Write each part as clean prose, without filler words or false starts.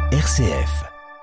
RCF.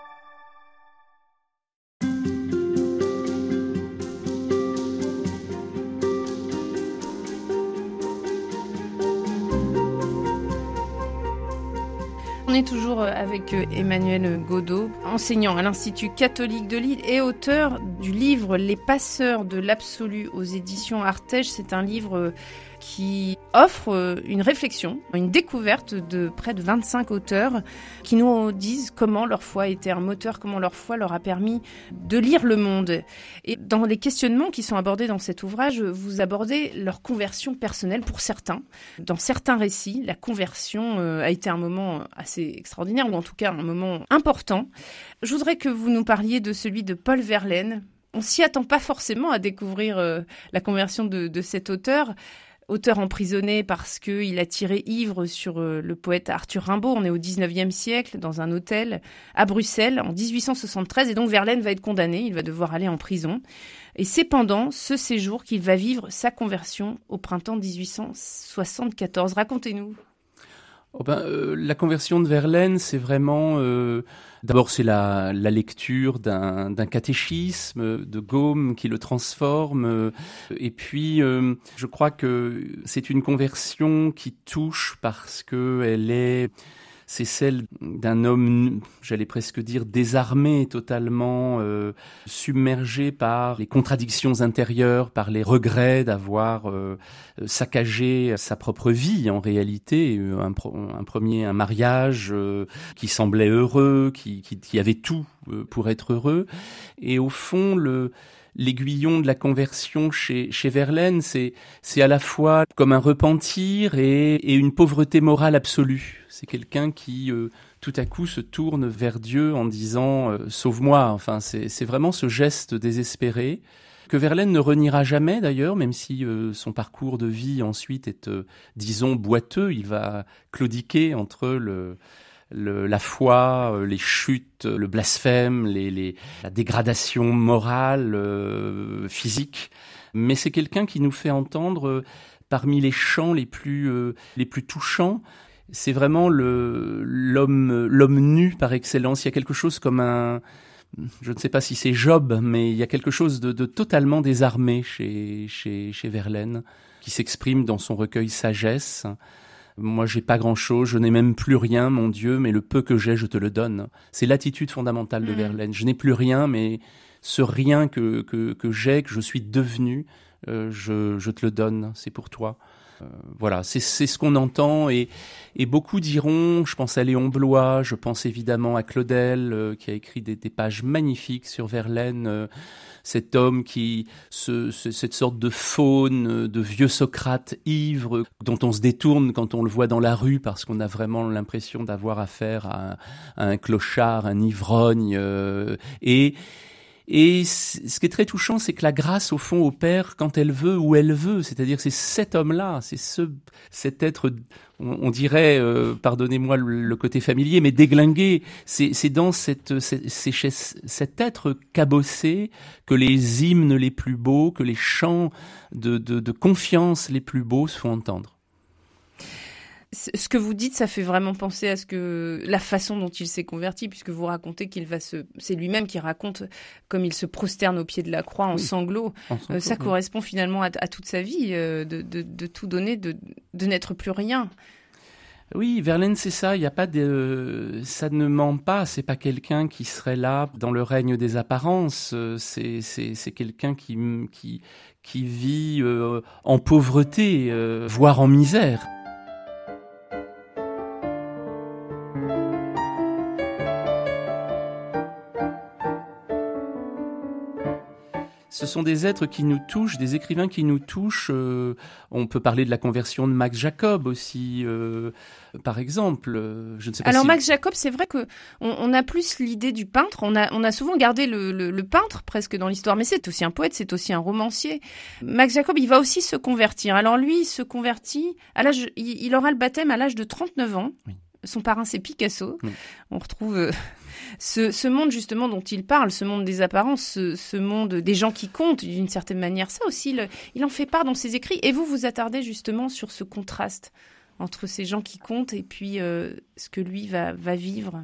On est toujours avec Emmanuel Godeau, enseignant à l'Institut catholique de Lille et auteur du livre « Les passeurs de l'absolu » aux éditions Artege. C'est un livre qui offre une réflexion, une découverte de près de 25 auteurs qui nous disent comment leur foi a été un moteur, comment leur foi leur a permis de lire le monde. Et dans les questionnements qui sont abordés dans cet ouvrage, vous abordez leur conversion personnelle pour certains. Dans certains récits, la conversion a été un moment assez extraordinaire, ou en tout cas un moment important. Je voudrais que vous nous parliez de celui de Paul Verlaine. On s'y attend pas forcément à découvrir la conversion de cet auteur emprisonné parce qu'il a tiré ivre sur le poète Arthur Rimbaud. On est au 19e siècle, dans un hôtel à Bruxelles, en 1873. Et donc Verlaine va être condamné, il va devoir aller en prison. Et c'est pendant ce séjour qu'il va vivre sa conversion au printemps 1874. Racontez-nous. La conversion de Verlaine, c'est vraiment... D'abord, c'est la lecture d'un catéchisme de Gaume qui le transforme. Et puis, je crois que c'est une conversion qui touche parce que c'est celle d'un homme, j'allais presque dire, désarmé, totalement submergé par les contradictions intérieures, par les regrets d'avoir saccagé sa propre vie en réalité. Un mariage qui semblait heureux, qui avait tout pour être heureux. Et au fond, l'aiguillon de la conversion chez Verlaine, c'est à la fois comme un repentir et une pauvreté morale absolue. C'est quelqu'un qui, tout à coup, se tourne vers Dieu en disant « Sauve-moi ». Enfin, c'est vraiment ce geste désespéré que Verlaine ne reniera jamais d'ailleurs, même si son parcours de vie ensuite est, disons, boiteux. Il va claudiquer entre la foi, les chutes, le blasphème, la dégradation morale, physique. Mais c'est quelqu'un qui nous fait entendre, parmi les chants les plus touchants, c'est vraiment l'homme nu par excellence. Il y a quelque chose comme je ne sais pas si c'est Job, mais il y a quelque chose de totalement désarmé chez Verlaine, qui s'exprime dans son recueil Sagesse. Moi, j'ai pas grand-chose, je n'ai même plus rien, mon Dieu, mais le peu que j'ai, je te le donne. C'est l'attitude fondamentale de Verlaine. Je n'ai plus rien, mais ce rien que j'ai, que je suis devenu, je te le donne, c'est pour toi. Voilà, c'est ce qu'on entend et beaucoup diront, je pense à Léon Bloy, je pense évidemment à Claudel qui a écrit des pages magnifiques sur Verlaine, cet homme cette sorte de faune, de vieux Socrate ivre dont on se détourne quand on le voit dans la rue parce qu'on a vraiment l'impression d'avoir affaire à un clochard, un ivrogne Et ce qui est très touchant, c'est que la grâce, au fond, opère quand elle veut, où elle veut. C'est-à-dire que c'est cet homme-là, c'est cet être, on dirait, pardonnez-moi le côté familier, mais déglingué. C'est dans cet être cabossé que les hymnes les plus beaux, que les chants de confiance les plus beaux se font entendre. Ce que vous dites, ça fait vraiment penser à la façon dont il s'est converti, puisque vous racontez c'est lui-même qui raconte comme il se prosterne au pied de la croix en sanglots. Ça correspond finalement à toute sa vie, de tout donner, de n'être plus rien. Oui, Verlaine, c'est ça. Il y a pas ça ne ment pas. C'est pas quelqu'un qui serait là dans le règne des apparences. C'est quelqu'un qui vit en pauvreté, voire en misère. Ce sont des êtres qui nous touchent, des écrivains qui nous touchent. On peut parler de la conversion de Max Jacob aussi, par exemple. Je ne sais pas. Alors Max Jacob, c'est vrai que on a plus l'idée du peintre. On a souvent gardé le peintre presque dans l'histoire, mais c'est aussi un poète, c'est aussi un romancier. Max Jacob, il va aussi se convertir. Alors lui, il se convertit il aura le baptême à l'âge de 39 ans. Oui. Son parrain, c'est Picasso. Oui. On retrouve ce monde justement dont il parle, ce monde des apparences, ce monde des gens qui comptent d'une certaine manière. Ça aussi, il en fait part dans ses écrits. Et vous vous attardez justement sur ce contraste entre ces gens qui comptent et puis ce que lui va vivre.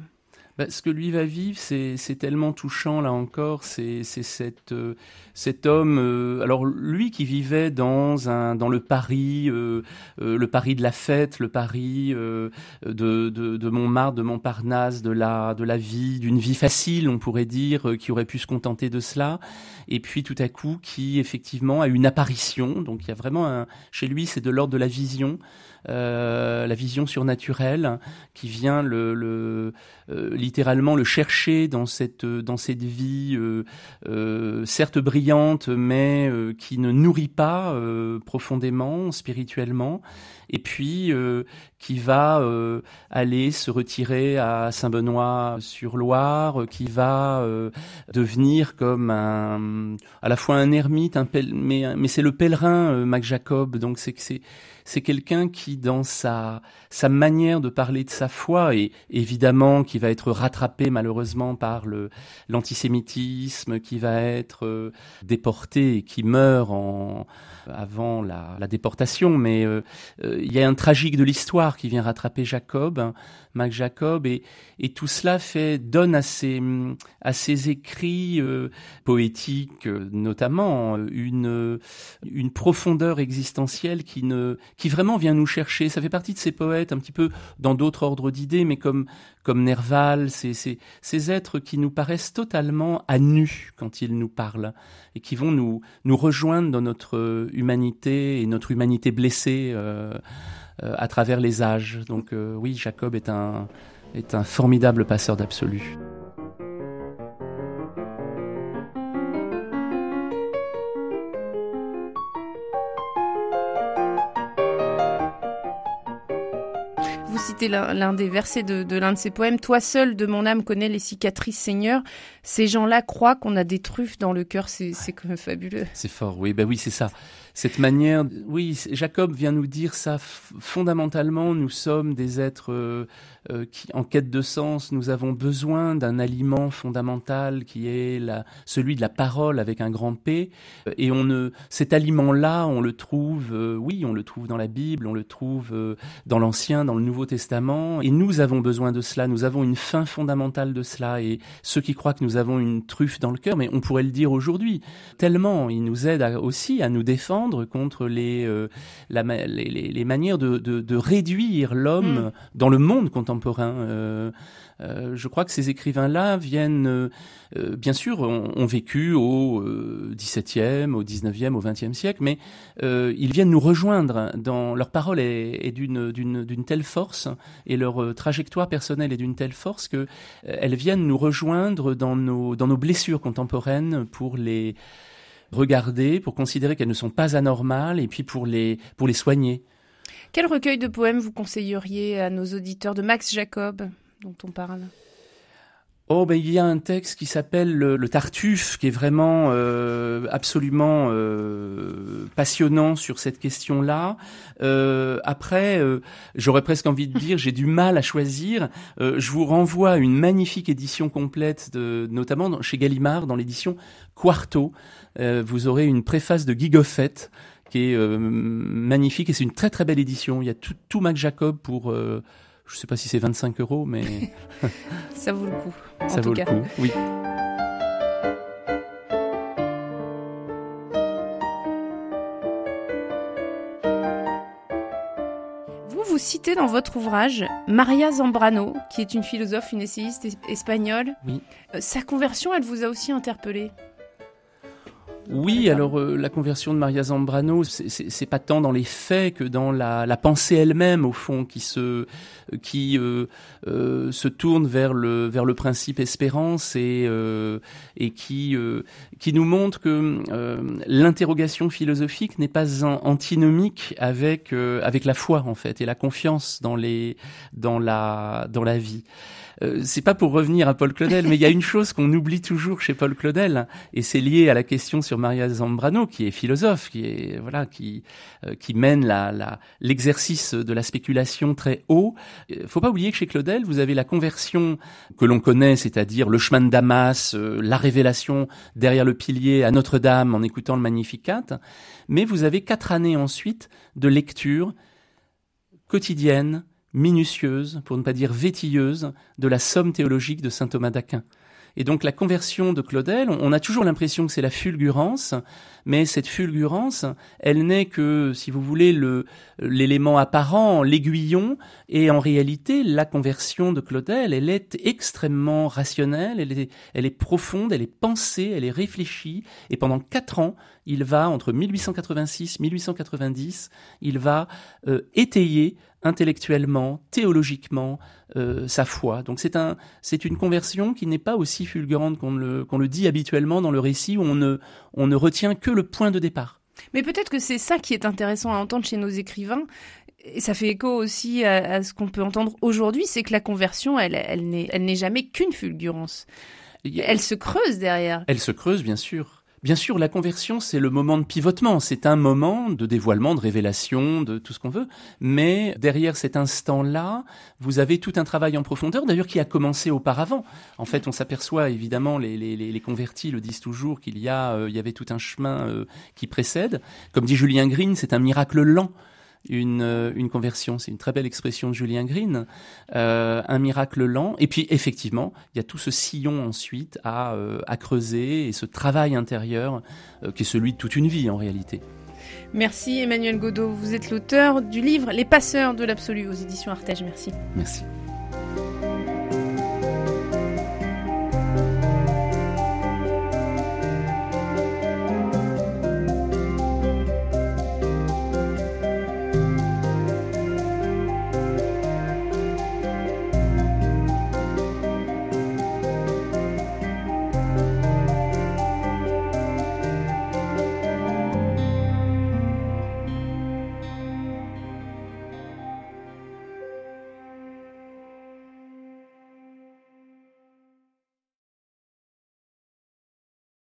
Ce que lui va vivre, c'est tellement touchant, là encore. C'est cet homme. Alors lui qui vivait dans le Paris, le Paris de la fête, le Paris de Montmartre, de Montparnasse, de la vie, d'une vie facile, on pourrait dire, qui aurait pu se contenter de cela. Et puis tout à coup, qui effectivement a une apparition. Donc il y a vraiment chez lui, c'est de l'ordre de la vision surnaturelle, qui vient littéralement le chercher dans cette vie certes brillante, mais qui ne nourrit pas profondément, spirituellement, et puis qui va aller se retirer à Saint-Benoît-sur-Loire, qui va devenir comme à la fois un ermite, mais c'est le pèlerin Mac Jacob. Donc c'est quelqu'un qui, dans sa manière de parler de sa foi, et évidemment qui va être rattrapé malheureusement par l'antisémitisme, qui va être déporté et qui meurt avant la déportation, mais il y a un tragique de l'histoire qui vient rattraper Mac Jacob, et tout cela donne à ses écrits poétiques notamment une profondeur existentielle qui vraiment vient nous chercher. Ça fait partie de ces poètes un petit peu dans d'autres ordres d'idées, mais comme Nerval, ces êtres qui nous paraissent totalement à nu quand ils nous parlent, et qui vont nous rejoindre dans notre humanité, et notre humanité blessée à travers les âges. Donc oui, Jacob est un formidable passeur d'absolu. Vous citez l'un des versets de l'un de ses poèmes. « Toi seul de mon âme connais les cicatrices, Seigneur. Ces gens-là croient qu'on a des truffes dans le cœur. » C'est quand même fabuleux. C'est fort, oui. Oui, c'est ça. Cette manière, oui, Jacob vient nous dire ça. Fondamentalement, nous sommes des êtres qui, en quête de sens, nous avons besoin d'un aliment fondamental qui est celui de la parole avec un grand P. Et cet aliment-là, on le trouve, on le trouve dans la Bible, on le trouve dans l'Ancien, dans le Nouveau Testament. Et nous avons besoin de cela. Nous avons une faim fondamentale de cela. Et ceux qui croient que nous avons une truffe dans le cœur, mais on pourrait le dire aujourd'hui, tellement il nous aide aussi à nous défendre contre les manières de réduire l'homme dans le monde contemporain. Je crois que ces écrivains-là viennent, bien sûr, ont vécu au XVIIe, au XIXe, au XXe siècle, mais ils viennent nous rejoindre. Leur parole est d'une telle force, et leur trajectoire personnelle est d'une telle force que elles viennent nous rejoindre dans nos blessures contemporaines pour les regarder, pour considérer qu'elles ne sont pas anormales, et puis pour les soigner. Quel recueil de poèmes vous conseilleriez à nos auditeurs de Max Jacob, dont on parle ? Il y a un texte qui s'appelle le Tartuffe, qui est vraiment absolument passionnant sur cette question-là. Après, j'aurais presque envie de dire, j'ai du mal à choisir. Je vous renvoie à une magnifique édition complète, notamment chez Gallimard, dans l'édition Quarto. Vous aurez une préface de Guy Goffet, qui est magnifique, et c'est une très très belle édition. Il y a tout Mac Jacob pour... je ne sais pas si c'est 25 €, mais... Ça vaut le coup. Ça vaut le coup, oui. Vous citez dans votre ouvrage Maria Zambrano, qui est une philosophe, une essayiste espagnole. Oui. Sa conversion, elle vous a aussi interpellé ? Oui, alors la conversion de Maria Zambrano, c'est pas tant dans les faits que dans la pensée elle-même, au fond, qui se tourne vers le principe espérance, et qui nous montre que l'interrogation philosophique n'est pas antinomique avec la foi, en fait, et la confiance dans la vie. C'est pas pour revenir à Paul Claudel, mais il y a une chose qu'on oublie toujours chez Paul Claudel, et c'est lié à la question sur Maria Zambrano, qui est philosophe, qui mène l'exercice de la spéculation très haut. Faut pas oublier que chez Claudel, vous avez la conversion que l'on connaît, c'est-à-dire le chemin de Damas, la révélation derrière le pilier à Notre-Dame en écoutant le Magnificat, mais vous avez 4 années ensuite de lecture quotidienne, minutieuse, pour ne pas dire vétilleuse, de la somme théologique de saint Thomas d'Aquin. Et donc la conversion de Claudel, on a toujours l'impression que c'est la fulgurance, mais cette fulgurance, elle n'est que, si vous voulez, l'élément apparent, l'aiguillon, et en réalité, la conversion de Claudel, elle est extrêmement rationnelle, elle est profonde, elle est pensée, elle est réfléchie, et pendant 4 ans, il va, entre 1886 et 1890, il va étayer intellectuellement, théologiquement, sa foi. Donc c'est une conversion qui n'est pas aussi fulgurante qu'on le dit habituellement dans le récit, où on ne retient que le point de départ. Mais peut-être que c'est ça qui est intéressant à entendre chez nos écrivains, et ça fait écho aussi à ce qu'on peut entendre aujourd'hui, c'est que la conversion, elle n'est jamais qu'une fulgurance. Elle se creuse derrière. Elle se creuse, bien sûr. Bien sûr, la conversion, c'est le moment de pivotement, c'est un moment de dévoilement, de révélation, de tout ce qu'on veut, mais derrière cet instant-là, vous avez tout un travail en profondeur, d'ailleurs qui a commencé auparavant. En fait, on s'aperçoit, évidemment, les convertis le disent toujours, il y avait tout un chemin qui précède. Comme dit Julien Green, c'est un miracle lent. Une conversion, c'est une très belle expression de Julien Green, un miracle lent, et puis effectivement il y a tout ce sillon ensuite à creuser, et ce travail intérieur qui est celui de toute une vie en réalité. Merci Emmanuel Godeau, vous êtes l'auteur du livre Les Passeurs de l'Absolu aux éditions Artege. Merci. Merci.